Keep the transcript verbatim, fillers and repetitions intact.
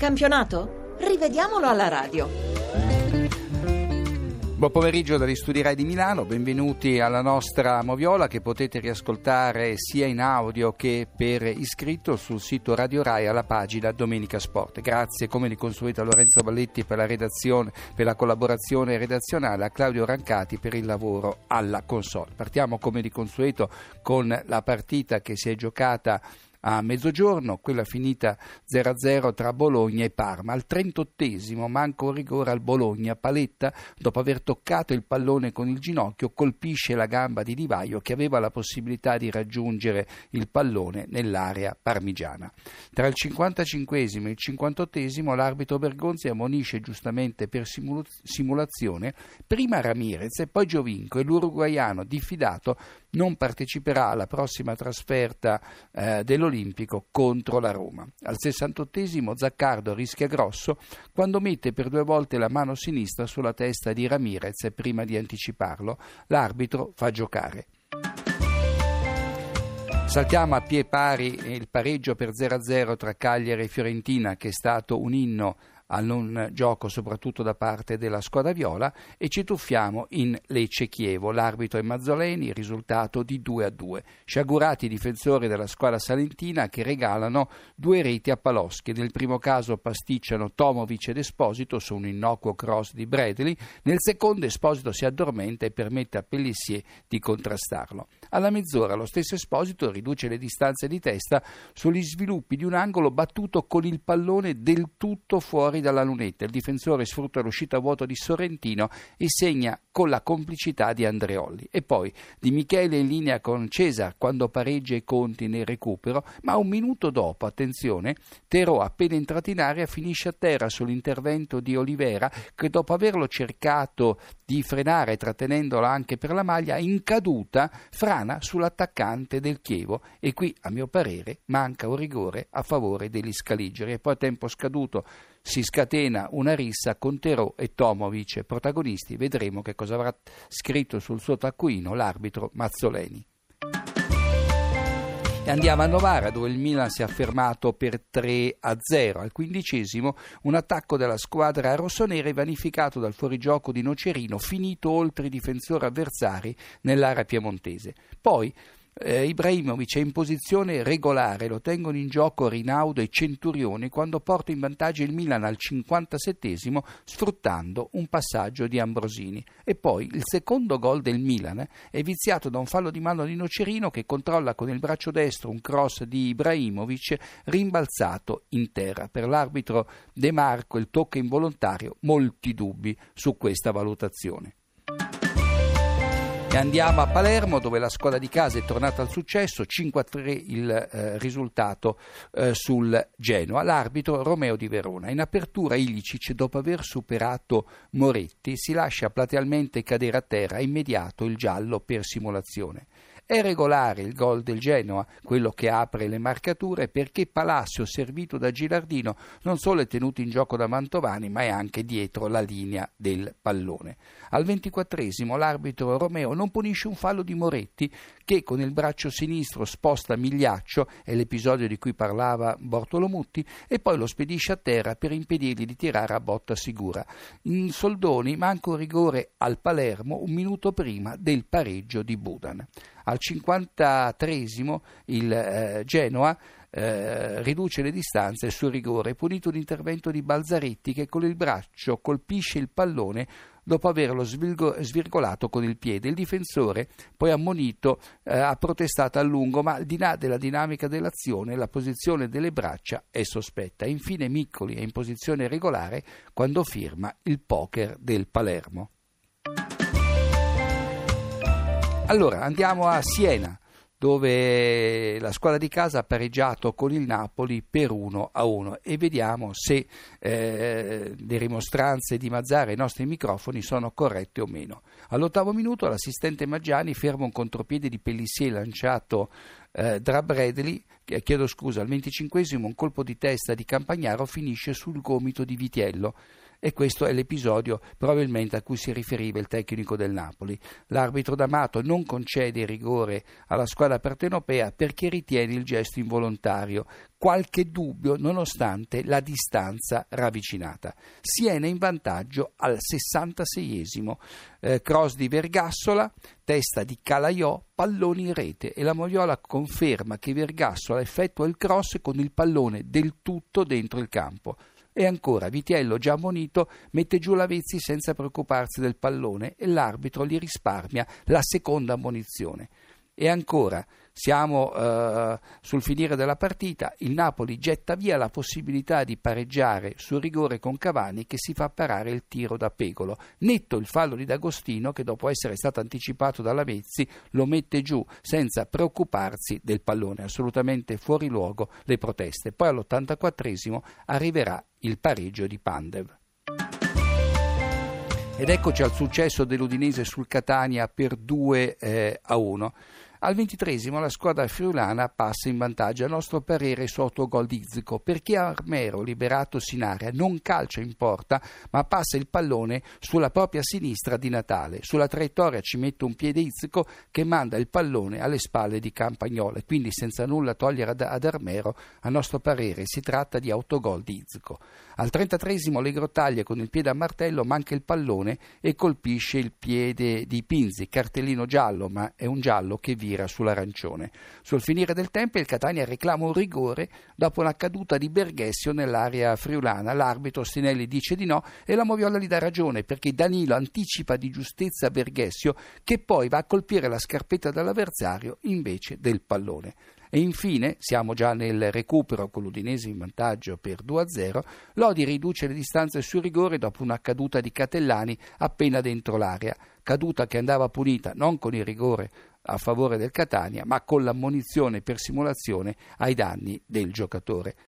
campionato? Rivediamolo alla radio. Buon pomeriggio dagli studi Rai di Milano, benvenuti alla nostra Moviola che potete riascoltare sia in audio che per iscritto sul sito Radio Rai alla pagina Domenica Sport. Grazie come di consueto a Lorenzo Balletti per la redazione, per la collaborazione redazionale, a Claudio Rancati per il lavoro alla console. Partiamo come di consueto con la partita che si è giocata a mezzogiorno, quella finita zero a zero tra Bologna e Parma. Al trentottesimo manca un rigore al Bologna. Paletta, dopo aver toccato il pallone con il ginocchio, colpisce la gamba di Di Vaio che aveva la possibilità di raggiungere il pallone nell'area parmigiana. Tra il cinquantacinquesimo e il cinquantottesimo l'arbitro Bergonzi ammonisce giustamente per simula- simulazione prima Ramirez e poi Giovinco, e l'uruguaiano diffidato non parteciperà alla prossima trasferta eh, dell'Olimpico contro la Roma. Al sessantottesimo Zaccardo rischia grosso quando mette per due volte la mano sinistra sulla testa di Ramirez e prima di anticiparlo l'arbitro fa giocare. Saltiamo a pie pari il pareggio per zero a zero tra Cagliari e Fiorentina, che è stato un inno al non gioco soprattutto da parte della squadra viola, e ci tuffiamo in Lecce-Chievo. L'arbitro è Mazzoleni, il risultato di due a due. Sciagurati i difensori della squadra salentina che regalano due reti a Paloschi. Nel primo caso pasticciano Tomovic ed Esposito su un innocuo cross di Bradley, nel secondo Esposito si addormenta e permette a Pellissier di contrastarlo. Alla mezz'ora lo stesso Esposito riduce le distanze di testa sugli sviluppi di un angolo battuto con il pallone del tutto fuori dalla lunetta. Il difensore sfrutta l'uscita a vuoto di Sorrentino e segna con la complicità di Andreolli. E poi Di Michele in linea con Cesar quando pareggia i conti nel recupero, ma un minuto dopo, attenzione, Terò appena entrato in area finisce a terra sull'intervento di Olivera che dopo averlo cercato di frenare trattenendolo anche per la maglia, in caduta frana sull'attaccante del Chievo, e qui a mio parere manca un rigore a favore degli Scaligeri. E poi a tempo scaduto si scatena una rissa con Terò e Tomovic protagonisti. Vedremo che cosa avrà scritto sul suo taccuino l'arbitro Mazzoleni. E andiamo a Novara, dove il Milan si è affermato per tre a zero. Al quindicesimo un attacco della squadra rossonera è vanificato dal fuorigioco di Nocerino, finito oltre i difensori avversari nell'area piemontese. Poi Eh, Ibrahimovic è in posizione regolare, lo tengono in gioco Rinaudo e Centurioni quando porta in vantaggio il Milan al cinquantasettesimo sfruttando un passaggio di Ambrosini. E poi il secondo gol del Milan è viziato da un fallo di mano di Nocerino che controlla con il braccio destro un cross di Ibrahimovic rimbalzato in terra. Per l'arbitro De Marco il tocco involontario, molti dubbi su questa valutazione. E andiamo a Palermo, dove la squadra di casa è tornata al successo, cinque a tre il eh, risultato eh, sul Genoa. L'arbitro Romeo Di Verona. In apertura Ilicic, dopo aver superato Moretti, si lascia platealmente cadere a terra, immediato il giallo per simulazione. È regolare il gol del Genoa, quello che apre le marcature, perché Palacio, servito da Gilardino, non solo è tenuto in gioco da Mantovani, ma è anche dietro la linea del pallone. Al ventiquattresimo l'arbitro Romeo non punisce un fallo di Moretti, che con il braccio sinistro sposta Migliaccio, è l'episodio di cui parlava Bortolomutti, e poi lo spedisce a terra per impedirgli di tirare a botta sicura. In soldoni manca un rigore al Palermo un minuto prima del pareggio di Budan. Al cinquantatreesimo il eh, Genoa eh, riduce le distanze sul rigore, punito un intervento di Balzaretti che con il braccio colpisce il pallone dopo averlo svilgo- svirgolato con il piede. Il difensore, poi ammonito, eh, ha protestato a lungo, ma al di là della dinamica dell'azione la posizione delle braccia è sospetta. Infine Miccoli è in posizione regolare quando firma il poker del Palermo. Allora andiamo a Siena, dove la squadra di casa ha pareggiato con il Napoli per uno a uno, e vediamo se eh, le rimostranze di Mazzara ai nostri microfoni sono corrette o meno. All'ottavo minuto l'assistente Maggiani ferma un contropiede di Pellissier lanciato eh, da Bradley, chiedo scusa, al venticinquesimo un colpo di testa di Campagnaro finisce sul gomito di Vitiello. E questo è l'episodio probabilmente a cui si riferiva il tecnico del Napoli. L'arbitro D'Amato non concede il rigore alla squadra partenopea perché ritiene il gesto involontario. qualche dubbio nonostante la distanza ravvicinata. Siena in vantaggio al sessantaseiesimo, eh, cross di Vergassola, testa di Calaiò, palloni in rete, e la Moviola conferma che Vergassola effettua il cross con il pallone del tutto dentro il campo. E ancora Vitiello, già ammonito, mette giù Lavezzi senza preoccuparsi del pallone e l'arbitro gli risparmia la seconda ammonizione. E ancora, siamo uh, sul finire della partita, il Napoli getta via la possibilità di pareggiare sul rigore con Cavani, che si fa parare il tiro da Pegolo. Netto il fallo di D'Agostino, che dopo essere stato anticipato da Lavezzi lo mette giù senza preoccuparsi del pallone. Assolutamente fuori luogo le proteste. Poi all'ottantaquattresimo arriverà il pareggio di Pandev. Ed eccoci al successo dell'Udinese sul Catania per due a uno. Al ventitresimo la squadra friulana passa in vantaggio, a nostro parere su autogol di Izzico, perché Armero, liberatosi in area, non calcia in porta ma passa il pallone sulla propria sinistra di Natale. Sulla traiettoria ci mette un piede Izzico che manda il pallone alle spalle di Campagnolo, e quindi senza nulla togliere ad, ad Armero, a nostro parere si tratta di autogol di Izzico. Al trentatreesimo Allegro taglia con il piede a martello, manca il pallone e colpisce il piede di Pinzi, cartellino giallo, ma è un giallo che vira sull'arancione. Sul finire del tempo il Catania reclama un rigore dopo una caduta di Berghessio nell'area friulana. L'arbitro Stinelli dice di no e la Moviola gli dà ragione, perché Danilo anticipa di giustezza Berghessio, che poi va a colpire la scarpetta dell'avversario invece del pallone. E infine, siamo già nel recupero con l'Udinese in vantaggio per due a zero, Lodi riduce le distanze sul rigore dopo una caduta di Catellani appena dentro l'area, caduta che andava punita non con il rigore a favore del Catania, ma con l'ammonizione per simulazione ai danni del giocatore.